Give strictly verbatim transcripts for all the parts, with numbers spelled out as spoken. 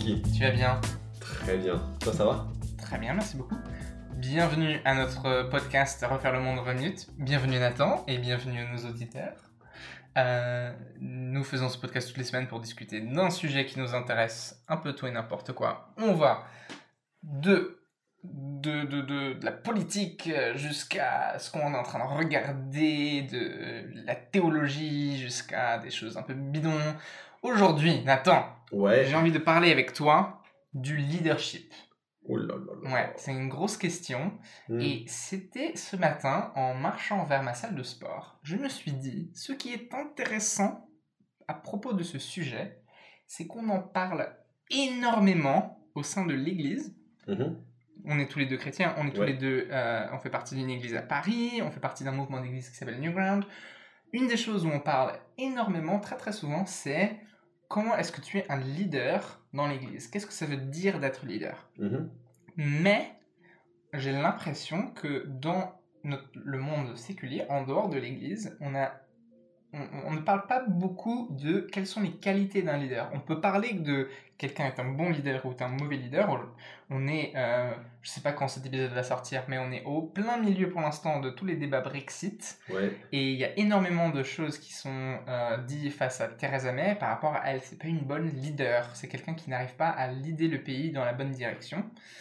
Niki? Tu vas bien? Très bien. Toi, ça va? Très bien, merci beaucoup. Bienvenue à notre podcast Refaire le monde en vingt minutes. Bienvenue Nathan et bienvenue à nos auditeurs. Euh, nous faisons ce podcast toutes les semaines pour discuter d'un sujet qui nous intéresse, un peu tout et n'importe quoi. On va de, de, de, de, de la politique jusqu'à ce qu'on est en train de regarder, de la théologie jusqu'à des choses un peu bidons. Aujourd'hui, Nathan, Ouais. j'ai envie de parler avec toi du leadership. Oh là là là. Ouais, c'est une grosse question. Hmm. Et c'était ce matin, en marchant vers ma salle de sport, je me suis dit, ce qui est intéressant à propos de ce sujet, c'est qu'on en parle énormément au sein de l'Église. Mhm. On est tous les deux chrétiens, on est tous Ouais. les deux, euh, on fait partie d'une église à Paris, on fait partie d'un mouvement d'église qui s'appelle Newground. Une des choses où on parle énormément, très très souvent, c'est comment est-ce que tu es un leader dans l'église? Qu'est-ce que ça veut dire d'être leader? Mhm. Mais j'ai l'impression que dans notre, le monde séculier, en dehors de l'église, on a On, on ne parle pas beaucoup de quelles sont les qualités d'un leader. On peut parler de quelqu'un est un bon leader ou est un mauvais leader. On, on est, euh, je ne sais pas quand cet épisode va sortir, mais on est au plein milieu pour l'instant de tous les débats Brexit. Ouais. Et il y a énormément de choses qui sont euh, dites face à Theresa May par rapport à elle. C'est pas une bonne leader. C'est quelqu'un qui n'arrive pas à leader le pays dans la bonne direction.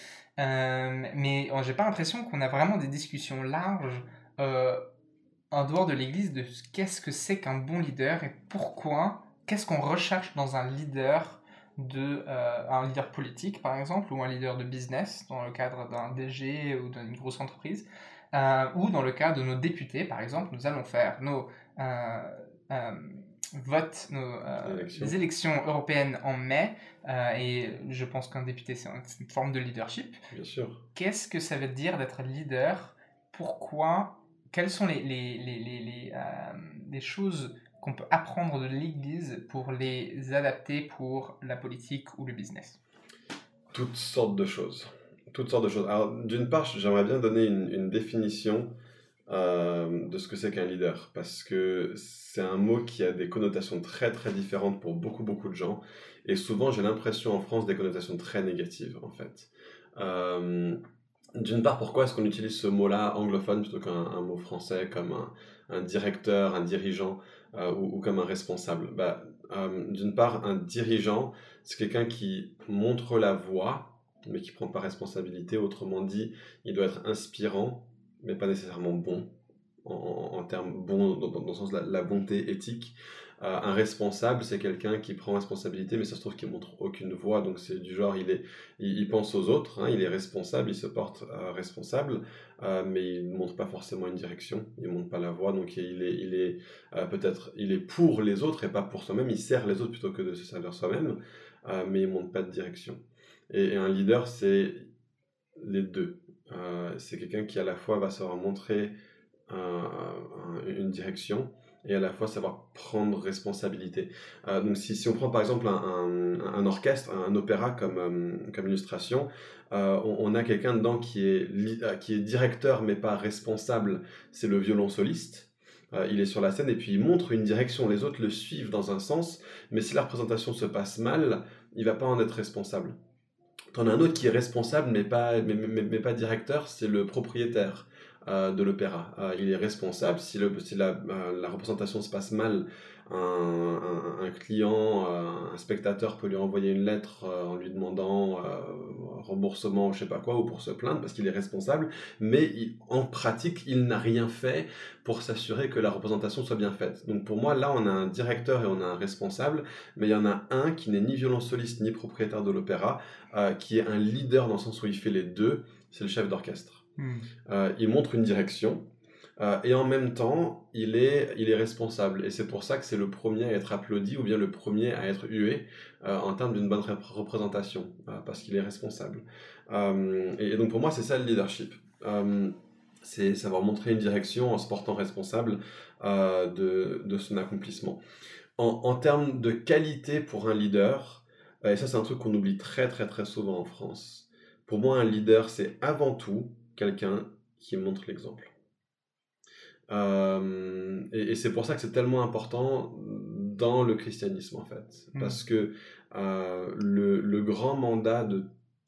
Euh, mais oh, j'ai pas l'impression qu'on a vraiment des discussions larges euh, en dehors de l'église de qu'est-ce que c'est qu'un bon leader et pourquoi, qu'est-ce qu'on recherche dans un leader de euh, un leader politique par exemple ou un leader de business dans le cadre d'un D G ou d'une grosse entreprise euh, ou dans le cas de nos députés par exemple. Nous allons faire nos euh, euh, votes, nos euh, Élection. les élections européennes en mai euh, et je pense qu'un député c'est une forme de leadership. Bien sûr. Qu'est-ce que ça veut dire d'être leader? Pourquoi? Quelles sont les, les, les, les, les, euh, les choses qu'on peut apprendre de l'Église pour les adapter pour la politique ou le business? Toutes sortes de choses. Toutes sortes de choses. Alors, d'une part, j'aimerais bien donner une, une définition euh, de ce que c'est qu'un leader, parce que c'est un mot qui a des connotations très très différentes pour beaucoup beaucoup de gens, et souvent j'ai l'impression en France des connotations très négatives en fait. Euh, D'une part, pourquoi est-ce qu'on utilise ce mot-là anglophone plutôt qu'un un mot français comme un, un directeur, un dirigeant euh, ou, ou comme un responsable? Bah, euh, D'une part, un dirigeant, c'est quelqu'un qui montre la voie, mais qui ne prend pas responsabilité. Autrement dit, il doit être inspirant, mais pas nécessairement bon, en, en, en termes bons, dans, dans le sens de la, la bonté éthique. Euh, un responsable, c'est quelqu'un qui prend responsabilité, mais ça se trouve qu'il montre aucune voix, donc c'est du genre, il, est, il, il pense aux autres, hein, il est responsable, il se porte euh, responsable, euh, mais il ne montre pas forcément une direction, il ne montre pas la voix, donc il est, il est euh, peut-être, il est pour les autres et pas pour soi-même, il sert les autres plutôt que de se servir soi-même, euh, mais il ne montre pas de direction. Et, et un leader, c'est les deux. Euh, c'est quelqu'un qui à la fois va savoir montrer un, un, une direction, et à la fois savoir prendre responsabilité. Euh, donc si, si on prend par exemple un, un, un orchestre, un opéra comme, euh, comme illustration, euh, on, on a quelqu'un dedans qui est, li- qui est directeur mais pas responsable, c'est le violon soliste. Euh, il est sur la scène et puis il montre une direction, les autres le suivent dans un sens, mais si la représentation se passe mal, il va pas en être responsable. T'en as un autre qui est responsable mais pas, mais, mais, mais pas directeur, c'est le propriétaire euh, de l'opéra. Euh, il est responsable si, le, si la, euh, la représentation se passe mal. Un, un, un client, euh, un spectateur peut lui envoyer une lettre euh, en lui demandant euh, remboursement, je sais pas quoi, ou pour se plaindre parce qu'il est responsable, mais il, en pratique, il n'a rien fait pour s'assurer que la représentation soit bien faite. Donc pour moi, là, on a un directeur et on a un responsable, mais il y en a un qui n'est ni violonceliste ni propriétaire de l'opéra, euh, qui est un leader dans le sens où il fait les deux, c'est le chef d'orchestre. Hmm. Euh, il montre une direction, euh, et en même temps, il est, il est responsable. Et c'est pour ça que c'est le premier à être applaudi, ou bien le premier à être hué, euh, en termes d'une bonne rep- représentation, euh, parce qu'il est responsable. Euh, et, et donc pour moi, c'est ça le leadership. Euh, c'est savoir montrer une direction en se portant responsable euh, de, de son accomplissement. En, en termes de qualité pour un leader, euh, et ça c'est un truc qu'on oublie très très très souvent en France, pour moi un leader c'est avant tout quelqu'un qui montre l'exemple. Euh, et, et c'est pour ça que c'est tellement important dans le christianisme en fait, Mm. parce que euh, le, le grand mandat de,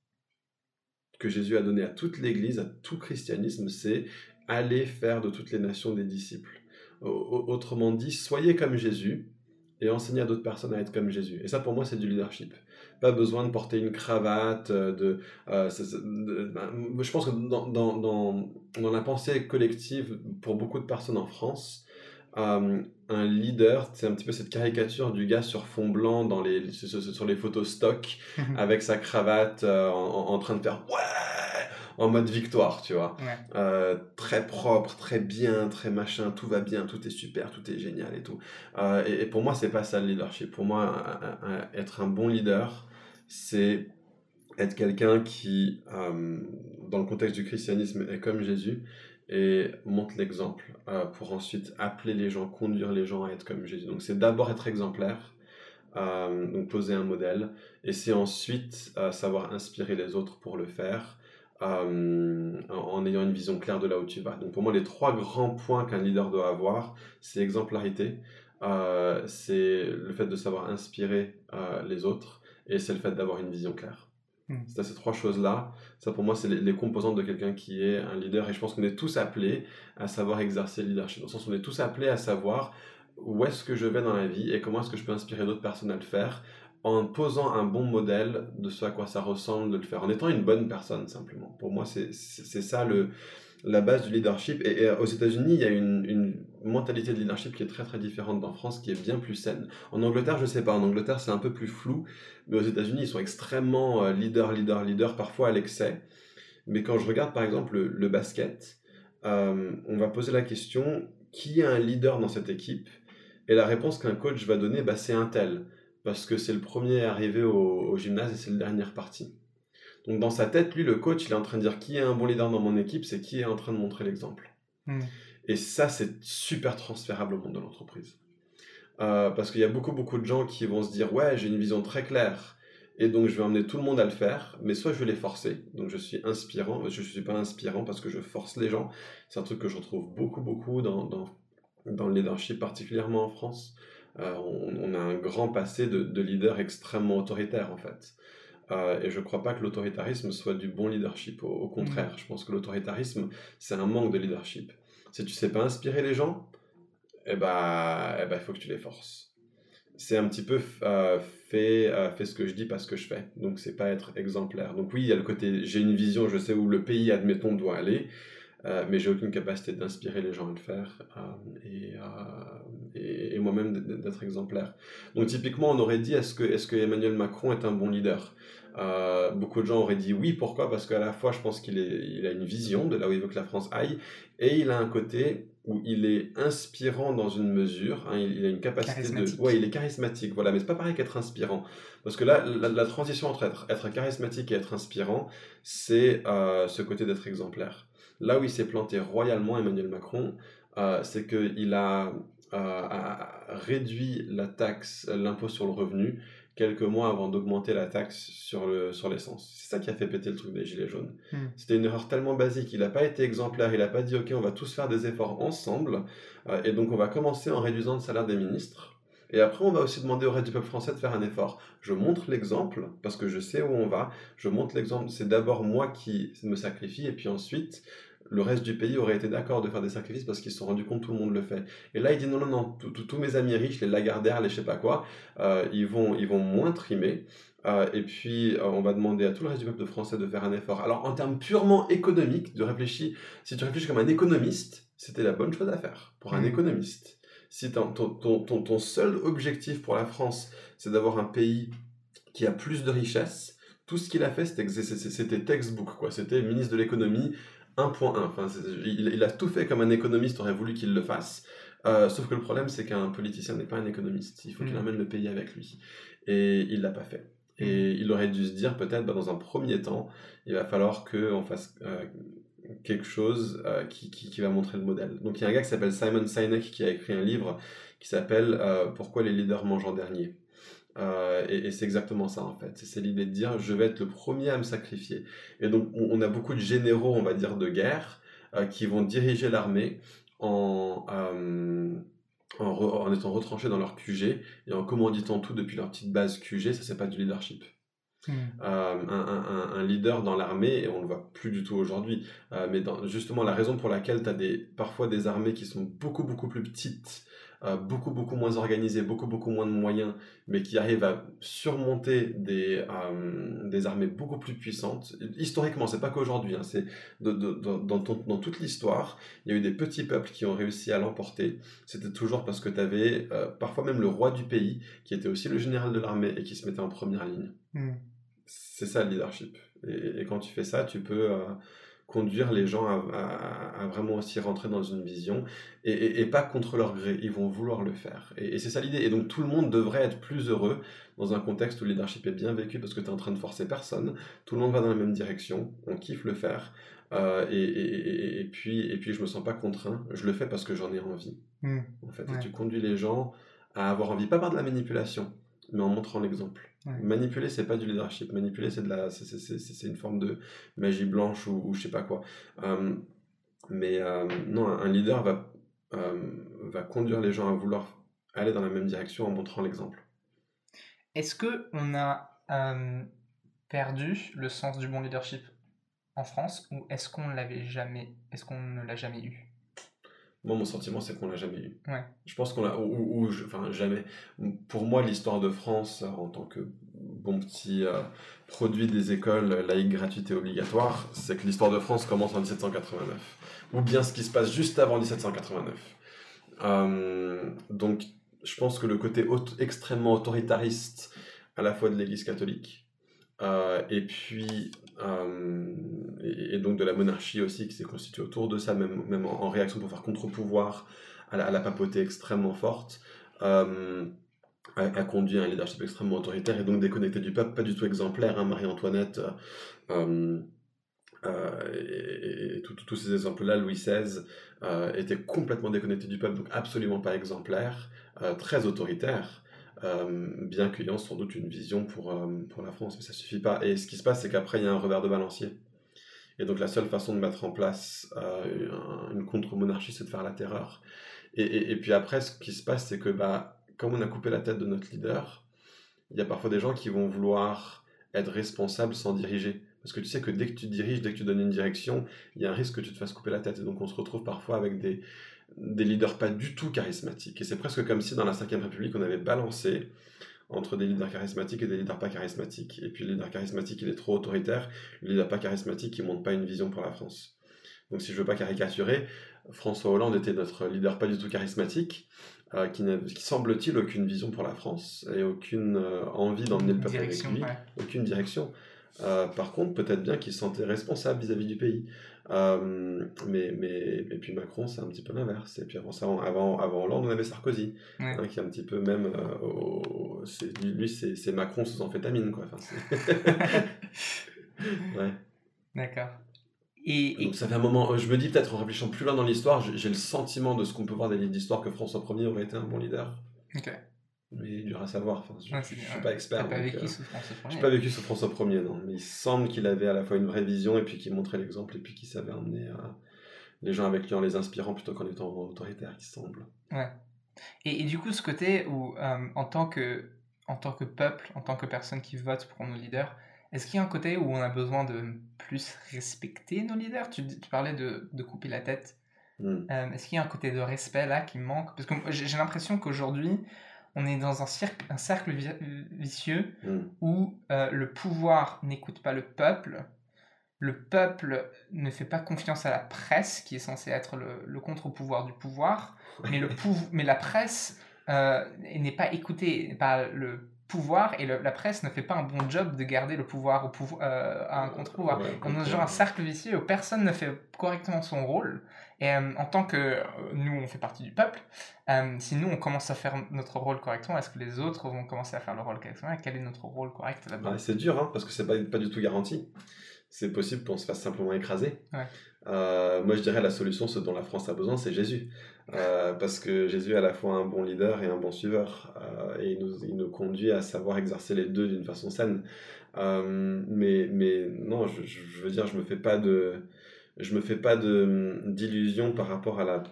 que Jésus a donné à toute l'Église, à tout christianisme, c'est aller faire de toutes les nations des disciples. Autrement dit, soyez comme Jésus et enseignez à d'autres personnes à être comme Jésus. Et ça, pour moi, c'est du leadership. Pas besoin de porter une cravate. De, euh, c'est, c'est, de, ben, je pense que dans, dans, dans, dans la pensée collective, pour beaucoup de personnes en France, euh, un leader, c'est un petit peu cette caricature du gars sur fond blanc dans les, sur, sur les photos stock, avec sa cravate euh, en, en train de faire « ouais !» en mode victoire, tu vois. Ouais. Euh, très propre, très bien, très machin, tout va bien, tout est super, tout est génial et tout. Euh, et, et pour moi, c'est pas ça le leadership. Pour moi, un, un, un, être un bon leader, c'est être quelqu'un qui, euh, dans le contexte du christianisme, est comme Jésus et montre l'exemple euh, pour ensuite appeler les gens, conduire les gens à être comme Jésus. Donc c'est d'abord être exemplaire, euh, donc poser un modèle, et c'est ensuite euh, savoir inspirer les autres pour le faire. Euh, en, en ayant une vision claire de là où tu vas. Donc pour moi, les trois grands points qu'un leader doit avoir, c'est exemplarité, euh, c'est le fait de savoir inspirer euh, les autres, et c'est le fait d'avoir une vision claire. Mm. C'est à ces trois choses-là. Ça, pour moi, c'est les, les composantes de quelqu'un qui est un leader. Et je pense qu'on est tous appelés à savoir exercer le leadership. Dans le sens où on est tous appelés à savoir où est-ce que je vais dans la vie et comment est-ce que je peux inspirer d'autres personnes à le faire, en posant un bon modèle de ce à quoi ça ressemble de le faire, en étant une bonne personne, simplement. Pour moi, c'est, c'est, c'est ça le, la base du leadership. Et, et aux États-Unis, il y a une, une mentalité de leadership qui est très très différente d'en France, qui est bien plus saine. En Angleterre, je sais pas. En Angleterre, c'est un peu plus flou. Mais aux États-Unis, ils sont extrêmement euh, leader, leader, leader, parfois à l'excès. Mais quand je regarde, par exemple, le, le basket, euh, on va poser la question, qui est un leader dans cette équipe ? Et la réponse qu'un coach va donner, bah, c'est un tel. Parce que c'est le premier arrivé au, au gymnase et c'est le dernier parti. Donc dans sa tête, lui, le coach, il est en train de dire qui est un bon leader dans mon équipe, c'est qui est en train de montrer l'exemple. Mmh. Et ça, c'est super transférable au monde de l'entreprise. Euh, parce qu'il y a beaucoup, beaucoup de gens qui vont se dire « Ouais, j'ai une vision très claire, et donc je vais emmener tout le monde à le faire, mais soit je vais les forcer, donc je suis inspirant, je ne suis pas inspirant parce que je force les gens. » C'est un truc que je retrouve beaucoup, beaucoup dans, dans, dans le leadership, particulièrement en France. Euh, on, on a un grand passé de, de leaders extrêmement autoritaires, en fait. Euh, et je ne crois pas que l'autoritarisme soit du bon leadership. Au, au contraire, mmh. je pense que l'autoritarisme, c'est un manque de leadership. Si tu ne sais pas inspirer les gens, eh ben, eh ben, il faut que tu les forces. C'est un petit peu euh, fait, euh, fait ce que je dis, pas ce que je fais. Donc, c'est pas être exemplaire. Donc oui, il y a le côté, j'ai une vision, je sais où le pays, admettons, doit aller, euh, mais j'ai aucune capacité d'inspirer les gens à le faire, euh, et, euh, et, et moi-même d'être exemplaire. Donc typiquement, on aurait dit, est-ce que, est-ce que Emmanuel Macron est un bon leader ? Euh, beaucoup de gens auraient dit oui. Pourquoi ? Parce qu'à la fois, je pense qu'il est, il a une vision de là où il veut que la France aille, et il a un côté où il est inspirant dans une mesure, hein, il, il a une capacité de... Ouais, il est charismatique, voilà, mais c'est pas pareil qu'être inspirant. Parce que là, la, la transition entre être, être charismatique et être inspirant, c'est euh, ce côté d'être exemplaire. Là où il s'est planté royalement, Emmanuel Macron, euh, c'est qu'il a, euh, a réduit la taxe, l'impôt sur le revenu, quelques mois avant d'augmenter la taxe sur, le, sur l'essence. C'est ça qui a fait péter le truc des gilets jaunes. Mmh. C'était une erreur tellement basique, il n'a pas été exemplaire, il n'a pas dit « Ok, on va tous faire des efforts ensemble, euh, et donc on va commencer en réduisant le salaire des ministres, et après on va aussi demander au reste du peuple français de faire un effort. » Je montre l'exemple, parce que je sais où on va, je montre l'exemple, c'est d'abord moi qui me sacrifie, et puis ensuite... le reste du pays aurait été d'accord de faire des sacrifices parce qu'ils se sont rendus compte que tout le monde le fait. Et là, il dit non, non, non, tous mes amis riches, les Lagardère, les je sais pas quoi, euh, ils, vont, ils vont moins trimer. Euh, et puis, euh, on va demander à tout le reste du peuple français de faire un effort. Alors, en termes purement économiques, de réfléchir, si tu réfléchis comme un économiste, c'était la bonne chose à faire pour un mmh. économiste. Si ton, ton, ton, ton seul objectif pour la France, c'est d'avoir un pays qui a plus de richesses, tout ce qu'il a fait, c'était, c'était textbook, quoi. C'était ministre de l'économie, un point un. Enfin, il, il a tout fait comme un économiste aurait voulu qu'il le fasse. Euh, sauf que le problème, c'est qu'un politicien n'est pas un économiste. Il faut mmh. qu'il emmène le pays avec lui. Et il ne l'a pas fait. Et mmh. il aurait dû se dire, peut-être, bah, dans un premier temps, il va falloir qu'on fasse euh, quelque chose euh, qui, qui, qui va montrer le modèle. Donc, il y a un gars qui s'appelle Simon Sinek qui a écrit un livre qui s'appelle euh, « Pourquoi les leaders mangent en dernier ». Euh, et, et c'est exactement ça en fait, c'est, c'est l'idée de dire je vais être le premier à me sacrifier. Et donc on, on a beaucoup de généraux, on va dire, de guerre euh, qui vont diriger l'armée en, euh, en, re- en étant retranchés dans leur Q G et en commanditant tout depuis leur petite base Q G, ça c'est pas du leadership. Hmm. Euh, un, un- un leader dans l'armée, et on le voit plus du tout aujourd'hui, euh, mais dans, justement la raison pour laquelle tu as des, parfois des armées qui sont beaucoup beaucoup plus petites, euh, beaucoup beaucoup moins organisées, beaucoup beaucoup moins de moyens, mais qui arrivent à surmonter des, euh, des armées beaucoup plus puissantes. Historiquement, c'est pas qu'aujourd'hui, hein, c'est de- de- de- dans, ton- dans toute l'histoire, il y a eu des petits peuples qui ont réussi à l'emporter. C'était toujours parce que tu avais parfois même le roi du pays, qui était aussi le général de l'armée et qui se mettait en première ligne. Hmm. C'est ça le leadership. Et, et quand tu fais ça, tu peux euh, conduire les gens à, à- à vraiment aussi rentrer dans une vision et, et- et pas contre leur gré. Ils vont vouloir le faire. Et, et c'est ça l'idée. Et donc tout le monde devrait être plus heureux dans un contexte où le leadership est bien vécu parce que tu es en train de forcer personne. Tout le monde va dans la même direction. On kiffe le faire. Euh, et, et- et- et puis, et puis je me sens pas contraint. Je le fais parce que j'en ai envie. Hmm. En fait. Et Ouais. tu conduis les gens à avoir envie, pas par de la manipulation, mais en montrant l'exemple. Ouais. Manipuler, c'est pas du leadership. Manipuler, c'est de la, c'est, c'est, c'est, c'est une forme de magie blanche ou, ou je sais pas quoi. Euh, mais euh, non, un leader va, euh, va conduire les gens à vouloir aller dans la même direction en montrant l'exemple. Est-ce que on a euh, perdu le sens du bon leadership en France ou est-ce qu'on l'avait jamais, est-ce qu'on ne l'a jamais eu? Moi, mon sentiment, c'est qu'on l'a jamais eu. Ouais. Je pense qu'on l'a, ou, ou- ou je- enfin jamais. Pour moi, l'histoire de France, euh, en tant que bon petit euh, produit des écoles laïques gratuites et obligatoires, c'est que l'histoire de France commence en dix-sept cent quatre-vingt-neuf. Ou bien ce qui se passe juste avant dix-sept cent quatre-vingt-neuf. Euh, donc, je pense que le côté aut- extrêmement autoritariste, à la fois de l'Église catholique, euh, et puis, euh, et, et donc de la monarchie aussi, qui s'est constituée autour de ça, même, même en, en réaction pour faire contre-pouvoir à la, à la papauté extrêmement forte, euh, a, a conduit à un leadership extrêmement autoritaire et donc déconnecté du peuple, pas du tout exemplaire. Hein, Marie-Antoinette, euh, euh, et, et- et tout- tout- tous ces exemples-là, Louis seize, euh, était complètement déconnecté du peuple, donc absolument pas exemplaire, euh, très autoritaire, euh, bien qu'ayant sans doute une vision pour, euh, pour la France, mais ça suffit pas. Et ce qui se passe, c'est qu'après, il y a un revers de balancier. Et donc la seule façon de mettre en place euh, un- une contre-monarchie, c'est de faire la terreur. Et, et- et puis après, ce qui se passe, c'est que bah, comme on a coupé la tête de notre leader, il y a parfois des gens qui vont vouloir être responsables sans diriger. Parce que tu sais que dès que tu diriges, dès que tu donnes une direction, il y a un risque que tu te fasses couper la tête. Et donc on se retrouve parfois avec des, des leaders pas du tout charismatiques. Et c'est presque comme si dans la cinquième République, on avait balancé entre des leaders charismatiques et des leaders pas charismatiques. Et puis le leader charismatique, il est trop autoritaire. Le leader pas charismatique, il montre pas une vision pour la France. Donc si je veux pas caricaturer, François Hollande était notre leader pas du tout charismatique, euh, qui n'a, qui semble-t-il aucune vision pour la France et aucune euh, envie d'emmener le peuple avec Direction, lui, ouais. aucune direction. Euh, par contre, peut-être bien qu'il se sentait responsable vis-à-vis du pays. Euh, mais, mais, et puis Macron, c'est un petit peu l'inverse. Et puis avant, ça, avant, avant Hollande, on avait Sarkozy, Ouais. hein, qui est un petit peu même... euh, au- c'est- lui, c'est, c'est Macron sous amphétamine, quoi. Enfin, c'est- ouais. D'accord. Et, et- Donc ça fait un moment, euh, je me dis peut-être en réfléchissant plus loin dans l'histoire, j'ai j'ai le sentiment de ce qu'on peut voir des livres d'histoire que François Ier aurait été un bon leader. ok. Mais dur à savoir, enfin, je Ouais, ne c'est- suis ouais. pas T'as expert. pas donc, vécu euh, sous François j'ai Ier. pas vécu sous François Ier, non. Mais il semble qu'il avait à la fois une vraie vision et puis qu'il montrait l'exemple et puis qu'il savait emmener euh, les gens avec lui en les inspirant plutôt qu'en étant autoritaire, il semble. Ouais. Et, et du coup, ce côté où, euh, en tant que, en tant que peuple, en tant que personne qui vote pour nos leaders, est-ce qu'il y a un côté où on a besoin de plus respecter nos leaders? Tu, dis- tu parlais de, de couper la tête. Hmm. Euh, est-ce qu'il y a un côté de respect là qui manque? Parce que moi, j'ai j'ai l'impression qu'aujourd'hui, on est dans un, cirque, un cercle vi- vicieux Hmm. où euh, le pouvoir n'écoute pas le peuple, le peuple ne fait pas confiance à la presse, qui est censée être le, le contre-pouvoir du pouvoir, mais, le pouv- mais la presse euh, n'est pas écoutée par le pouvoir, et le- la presse ne fait pas un bon job de garder le pouvoir au pouvo- euh, à un contre-pouvoir. Ouais, On est dans genre un cercle vicieux où personne ne fait correctement son rôle, et euh, en tant que euh, nous, on fait partie du peuple, euh, si nous, on commence à faire notre rôle correctement, est-ce que les autres vont commencer à faire leur rôle correctement? Et quel est notre rôle correct là-dedans? Ouais, c'est dur, hein, parce que c'est pas, pas du tout garanti. C'est possible qu'on se fasse simplement écraser. Ouais. Euh, moi, je dirais la solution, ce dont la France a besoin, c'est Jésus. Euh, parce que Jésus est à la fois un bon leader et un bon suiveur. Euh, et il nous, il nous conduit à savoir exercer les deux d'une façon saine. Euh, mais, mais non, je, je veux dire, je me fais pas de, je me fais pas de, d'illusions par rapport à la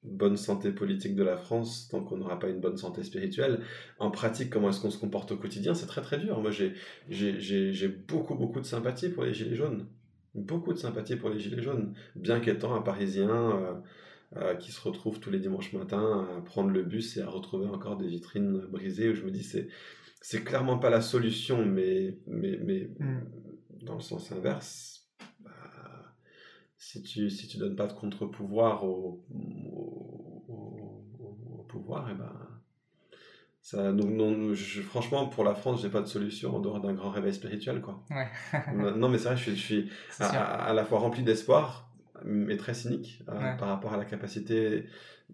bonne santé politique de la France tant qu'on n'aura pas une bonne santé spirituelle. En pratique, comment est-ce qu'on se comporte au quotidien, c'est très très dur. Moi, j'ai, j'ai, j'ai, j'ai beaucoup beaucoup de sympathie pour les Gilets jaunes. Beaucoup de sympathie pour les Gilets jaunes. Bien qu'étant un Parisien euh, euh, qui se retrouve tous les dimanches matins à prendre le bus et à retrouver encore des vitrines brisées, où je me dis c'est, c'est clairement pas la solution, mais, mais, mais Mm. dans le sens inverse, bah, si tu si tu donnes pas de contre-pouvoir au, au, au- au pouvoir, et ben ça donc non, je- franchement pour la France j'ai pas de solution en dehors d'un grand réveil spirituel quoi. Ouais, Non mais c'est vrai, je suis, je suis c'est à, sûr. à- à la fois rempli d'espoir mais très cynique euh, Ouais. par rapport à la capacité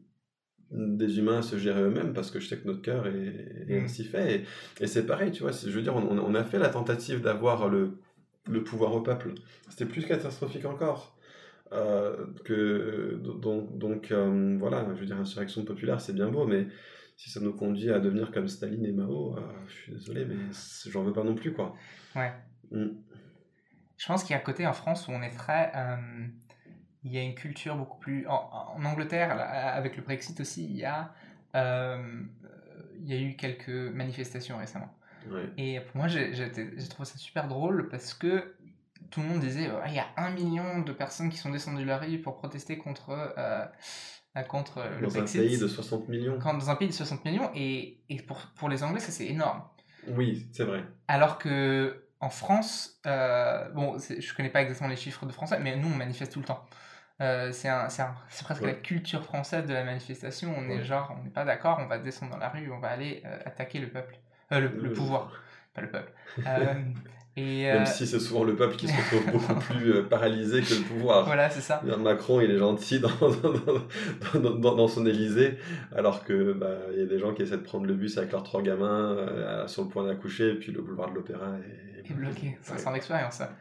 des humains à se gérer eux-mêmes parce que je sais que notre cœur est, est Mm. ainsi fait et, et c'est pareil tu vois, c'est- je veux dire on, on a fait la tentative d'avoir le le pouvoir au peuple, c'était plus catastrophique encore. Euh, que, donc, donc euh, voilà, je veux dire, insurrection populaire, c'est bien beau, mais si ça nous conduit à devenir comme Staline et Mao, euh, je suis désolé, mais c'est- j'en veux pas non plus, quoi. Ouais. Mm. Je pense qu'il y a un côté en France où on est très. euh, il y a une culture beaucoup plus. En, en Angleterre, là, avec le Brexit aussi, il y a. euh, il y a eu quelques manifestations récemment. Ouais. Et pour moi, j'ai j'ai été- j'ai trouvé ça super drôle parce que tout le monde disait Ah, il y a un million de personnes qui sont descendues la rue pour protester contre, euh, euh, contre euh, le Dans un pays de Brexit. soixante millions. Quand, dans un pays de soixante millions, et, et pour, pour les Anglais, ça c'est énorme. Oui, c'est vrai. Alors que en France, euh, bon, c'est- je connais pas exactement les chiffres de français, mais nous on manifeste tout le temps. Euh, c'est un- c'est un- c'est presque la Ouais. culture française de la manifestation. On est Ouais. genre, on n'est pas d'accord, on va descendre dans la rue, on va aller euh, attaquer le peuple, Euh, le, le Le- pouvoir, pas le peuple. Euh, et Même euh, si c'est souvent le peuple qui se retrouve beaucoup plus euh, paralysé que le pouvoir. voilà, c'est ça. Macron, il est gentil dans, dans, dans, dans- dans son Élysée, alors que bah, il y a des gens qui essaient de prendre le bus avec leurs trois gamins euh, sur le point d'accoucher, et puis le boulevard de l'Opéra est, Et bloqué, ça Ouais. c'est en expérience ça.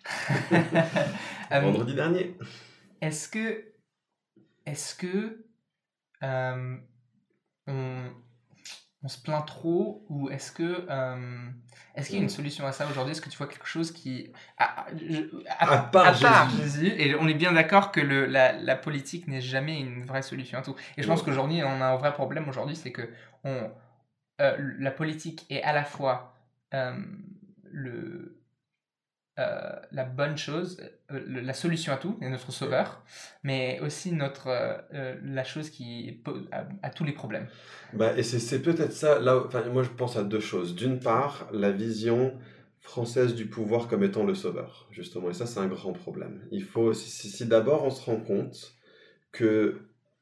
Euh, Vendredi dernier. est-ce que, est-ce que euh, on, on se plaint trop ou est-ce que euh, est-ce qu'il y a une Mm. solution à ça aujourd'hui? Est-ce que tu vois quelque chose qui à, je- À à- part à part Jésus. Jésus, et on est bien d'accord que le, la, la politique n'est jamais une vraie solution à tout, et je pense Non. qu'aujourd'hui on a un vrai problème aujourd'hui, c'est que on, euh, la politique est à la fois euh, le euh, la bonne chose, euh, le- la solution à tout, et notre sauveur, mais aussi notre, euh, euh, la chose qui pose à, à tous les problèmes. Bah, et c'est c'est peut-être ça, là, enfin, moi je pense à deux choses. D'une part, la vision française du pouvoir comme étant le sauveur, justement, et ça c'est un grand problème. Il faut, si, si- si d'abord on se rend compte que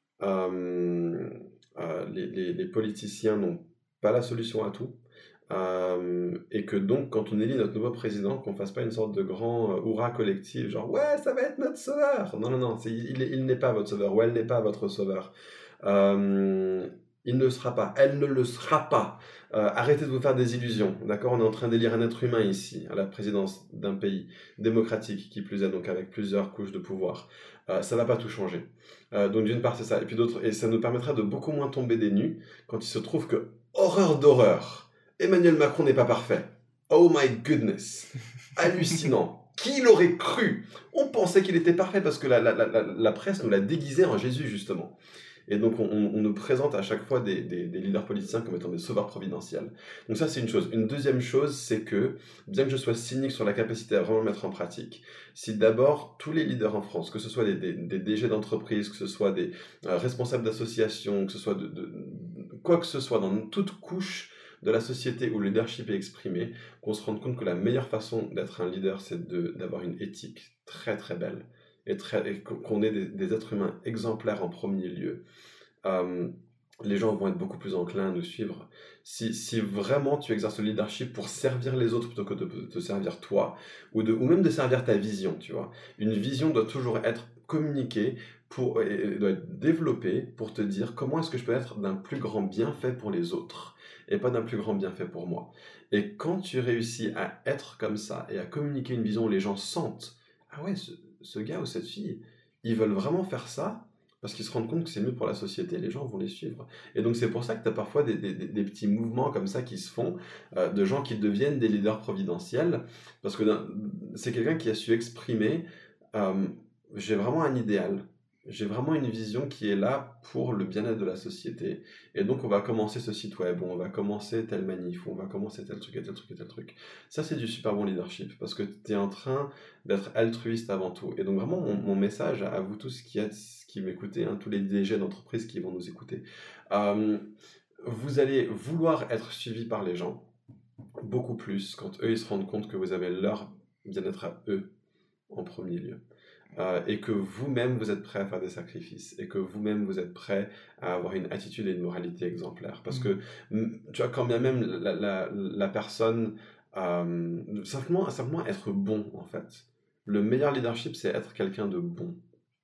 euh, euh, les, les- les politiciens n'ont pas la solution à tout, euh, et que donc quand on élit notre nouveau président, qu'on fasse pas une sorte de grand euh, hurrah collectif, genre ouais, ça va être notre sauveur. Non, non, non, c'est- il, il il n'est pas votre sauveur, ou elle n'est pas votre sauveur. Euh, il ne le sera pas, elle ne le sera pas. Euh, arrêtez de vous faire des illusions, d'accord? On est en train d'élire un être humain ici, à la présidence d'un pays démocratique, qui plus est, donc avec plusieurs couches de pouvoir. Euh, ça va pas tout changer. Euh, donc d'une part c'est ça, et puis d'autre, et ça nous permettra de beaucoup moins tomber des nues quand il se trouve que, horreur d'horreur, Emmanuel Macron n'est pas parfait. Oh my goodness, hallucinant. Qui l'aurait cru? On pensait qu'il était parfait parce que la, la, la, la presse nous l'a déguisé en Jésus justement. Et donc, on, on, nous présente à chaque fois des, des, des leaders politiciens comme étant des sauveurs providentiels. Donc ça, c'est une chose. Une deuxième chose, c'est que, bien que je sois cynique sur la capacité à vraiment le mettre en pratique, si d'abord, tous les leaders en France, que ce soit des, des, des D G d'entreprise, que ce soit des euh, responsables d'associations, que ce soit de, de, de quoi que ce soit, dans toute couche de la société où le leadership est exprimé, qu'on se rende compte que la meilleure façon d'être un leader, c'est de, d'avoir une éthique très très belle, et, très, et qu'on ait des, des êtres humains exemplaires en premier lieu. Euh, les gens vont être beaucoup plus enclins à nous suivre. Si, si vraiment tu exerces le leadership pour servir les autres plutôt que de te servir toi, ou, de, ou même de servir ta vision, tu vois. Une vision doit toujours être communiquée, pour, et doit être développée pour te dire comment est-ce que je peux être d'un plus grand bienfait pour les autres, et pas d'un plus grand bienfait pour moi. Et quand tu réussis à être comme ça, et à communiquer une vision où les gens sentent, ah ouais, ce, ce gars ou cette fille, ils veulent vraiment faire ça, parce qu'ils se rendent compte que c'est mieux pour la société, les gens vont les suivre. Et donc c'est pour ça que tu as parfois des, des, des, petits mouvements comme ça qui se font, euh, de gens qui deviennent des leaders providentiels, parce que c'est quelqu'un qui a su exprimer, euh, j'ai vraiment un idéal, J'ai vraiment une vision qui est là pour le bien-être de la société. Et donc, on va commencer ce site web, on va commencer telle manif, on va commencer tel truc et tel truc et tel truc. Ça, c'est du super bon leadership parce que tu es en train d'être altruiste avant tout. Et donc, vraiment, mon, mon message à vous tous qui êtes, qui m'écoutez, hein, tous les D G d'entreprise qui vont nous écouter, euh, vous allez vouloir être suivi par les gens beaucoup plus quand eux, ils se rendent compte que vous avez leur bien-être à eux en premier lieu. Euh, et que vous-même vous êtes prêt à faire des sacrifices et que vous-même vous êtes prêt à avoir une attitude et une moralité exemplaire parce que tu vois quand bien même la, la, la personne euh, simplement, simplement être bon en fait, le meilleur leadership c'est être quelqu'un de bon,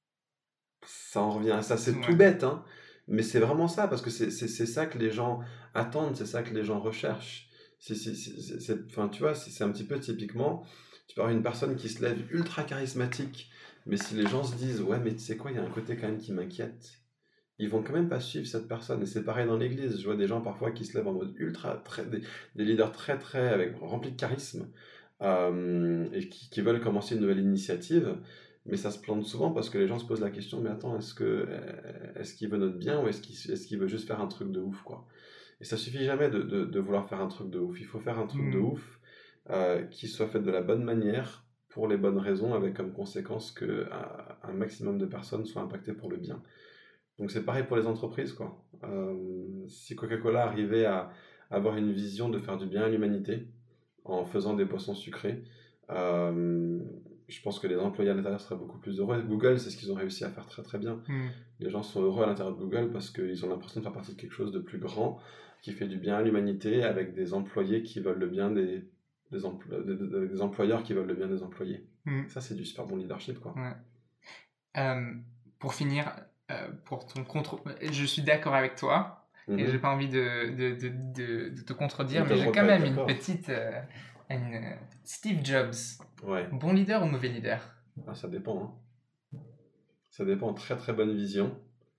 ça en revient à ça, c'est ouais. Tout bête hein, mais c'est vraiment ça parce que c'est, c'est, c'est ça que les gens attendent, c'est ça que les gens recherchent. C'est, c'est, c'est, c'est, enfin, tu vois, c'est, c'est un petit peu typiquement tu parles d'une personne qui se lève ultra charismatique. Mais si les gens se disent, ouais, mais tu sais quoi, il y a un côté quand même qui m'inquiète, ils vont quand même pas suivre cette personne. Et c'est pareil dans l'église. Je vois des gens parfois qui se lèvent en mode ultra, très, des, des leaders très, très, avec, remplis de charisme, euh, et qui, qui veulent commencer une nouvelle initiative. Mais ça se plante souvent parce que les gens se posent la question, mais attends, est-ce, que, est-ce qu'il veut notre bien ou est-ce qu'il, est-ce qu'il veut juste faire un truc de ouf, quoi. Et ça suffit jamais de, de, de vouloir faire un truc de ouf. Il faut faire un truc mmh. de ouf euh, qui soit fait de la bonne manière, pour les bonnes raisons, avec comme conséquence qu'un maximum de personnes soient impactées pour le bien. Donc c'est pareil pour les entreprises, quoi. Euh, si Coca-Cola arrivait à avoir une vision de faire du bien à l'humanité en faisant des boissons sucrées, euh, je pense que les employés à l'intérieur seraient beaucoup plus heureux. Google, c'est ce qu'ils ont réussi à faire très très bien. Mmh. Les gens sont heureux à l'intérieur de Google parce qu'ils ont l'impression de faire partie de quelque chose de plus grand, qui fait du bien à l'humanité, avec des employés qui veulent le bien des... Des, empl- des, des, des employeurs qui veulent le bien des employés. Mmh. Ça, c'est du super bon leadership, quoi. Ouais. Euh, pour finir, euh, pour ton contre... je suis d'accord avec toi, mmh. et j'ai pas envie de, de, de, de, de te contredire, mais, mais j'ai quand même une petite... Euh, une... Steve Jobs, ouais. Bon leader ou mauvais leader? Ah, ça dépend. Hein. Ça dépend. Très, très bonne vision.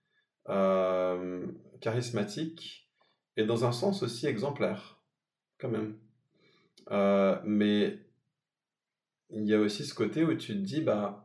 Euh, charismatique, et dans un sens aussi exemplaire, quand même. Euh, mais il y a aussi ce côté où tu te dis, bah,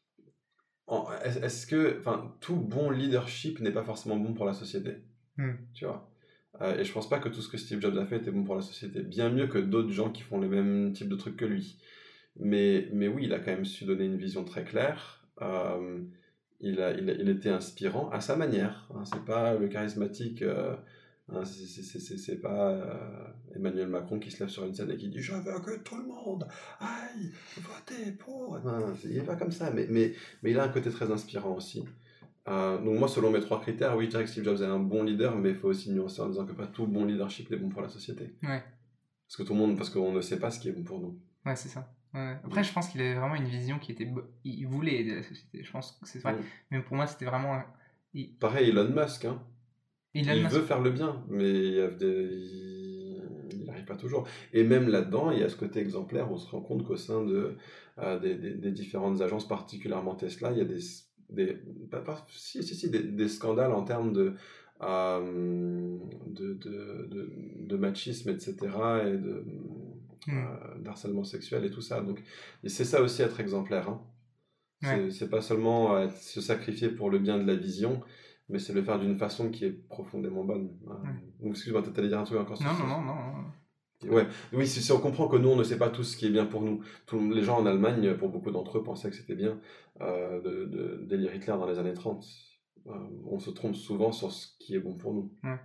en, est-ce que, enfin, tout bon leadership n'est pas forcément bon pour la société, mm. tu vois. Euh, et je pense pas que tout ce que Steve Jobs a fait était bon pour la société. Bien mieux que d'autres gens qui font le même type de trucs que lui. Mais, mais oui, il a quand même su donner une vision très claire. Euh, il, a, il, a, il était inspirant à sa manière. Hein, c'est pas le charismatique. Euh, Hein, c'est, c'est, c'est, c'est pas euh, Emmanuel Macron qui se lève sur une scène et qui dit « Je veux que tout le monde aille voter pour... » Non, il n'est pas comme ça, mais, mais, mais il a un côté très inspirant aussi. Euh, donc moi, selon mes trois critères, oui, je dirais que Steve Jobs est un bon leader, mais il faut aussi nuancer en disant que pas tout bon leadership n'est bon pour la société. Ouais. Parce que tout le monde, parce qu'on ne sait pas ce qui est bon pour nous. Ouais, c'est ça. Ouais. Après, ouais. je pense qu'il avait vraiment une vision qui était... Bo... Il voulait aider la société, je pense que c'est vrai. Ouais. Mais pour moi, c'était vraiment... Un... Il... Pareil, Elon Musk, hein. Elon il Musk. veut faire le bien, mais il y a des... il n'arrive pas toujours. Et même là-dedans, il y a ce côté exemplaire, on se rend compte qu'au sein de, euh, des, des, des différentes agences, particulièrement Tesla, il y a des, des, pas, pas, si, si, si, des, des scandales en termes de, euh, de, de, de, de machisme, et cetera, et de, mm. euh, d'harcèlement sexuel et tout ça. Donc, et c'est ça aussi être exemplaire. Hein. Ouais. C'est, c'est pas seulement euh, se sacrifier pour le bien de la vision, mais c'est le faire d'une façon qui est profondément bonne. Ouais. Donc, excuse-moi, t'allais dire un truc encore sur Non, ça. non, non, non. Ouais. Oui, si, si on comprend que nous, on ne sait pas tout ce qui est bien pour nous. Tout, les gens en Allemagne, pour beaucoup d'entre eux, pensaient que c'était bien euh, de, de, d'élire Hitler dans les années trente. Euh, on se trompe souvent sur ce qui est bon pour nous. Ouais.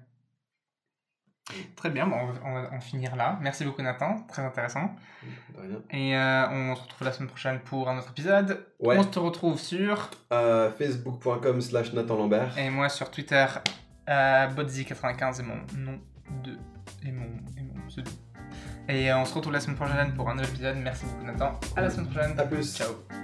Très bien, bon, on va en finir là. Merci beaucoup Nathan, très intéressant. De rien. Et euh, on se retrouve la semaine prochaine pour un autre épisode. Ouais. On se retrouve sur euh, facebook point com slash Nathan Lambert. Et moi sur Twitter, euh, Bodzi quatre-vingt-quinze est mon nom de... et mon, et mon pseudo. Et euh, on se retrouve la semaine prochaine pour un nouvel épisode. Merci beaucoup Nathan. À la semaine prochaine. À plus. Ciao.